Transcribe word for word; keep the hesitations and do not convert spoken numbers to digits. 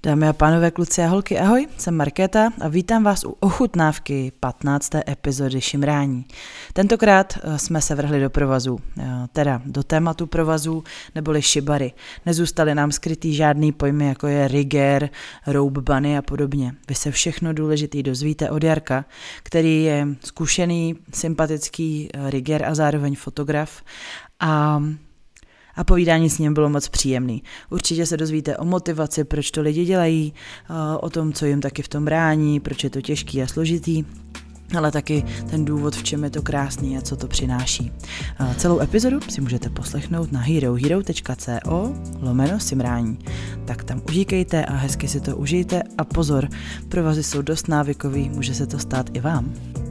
Dámy a pánové, kluci a holky, ahoj, jsem Markéta a vítám vás u ochutnávky patnácté epizody Šimrání. Tentokrát jsme se vrhli do provazu, teda do tématu provazu neboli šibary. Nezůstaly nám skrytý žádný pojmy, jako je rigger, rope bunny a podobně. Vy se všechno důležitý dozvíte od Jarka, který je zkušený, sympatický rigger a zároveň fotograf a A povídání s ním bylo moc příjemný. Určitě se dozvíte o motivaci, proč to lidi dělají, o tom, co jim taky v tom brání, proč je to těžký a složitý, ale taky ten důvod, v čem je to krásný a co to přináší. Celou epizodu si můžete poslechnout na herohero.co lomeno simrání. Tak tam užíkejte a hezky si to užijte a pozor, provazy jsou dost návykový, může se to stát i vám.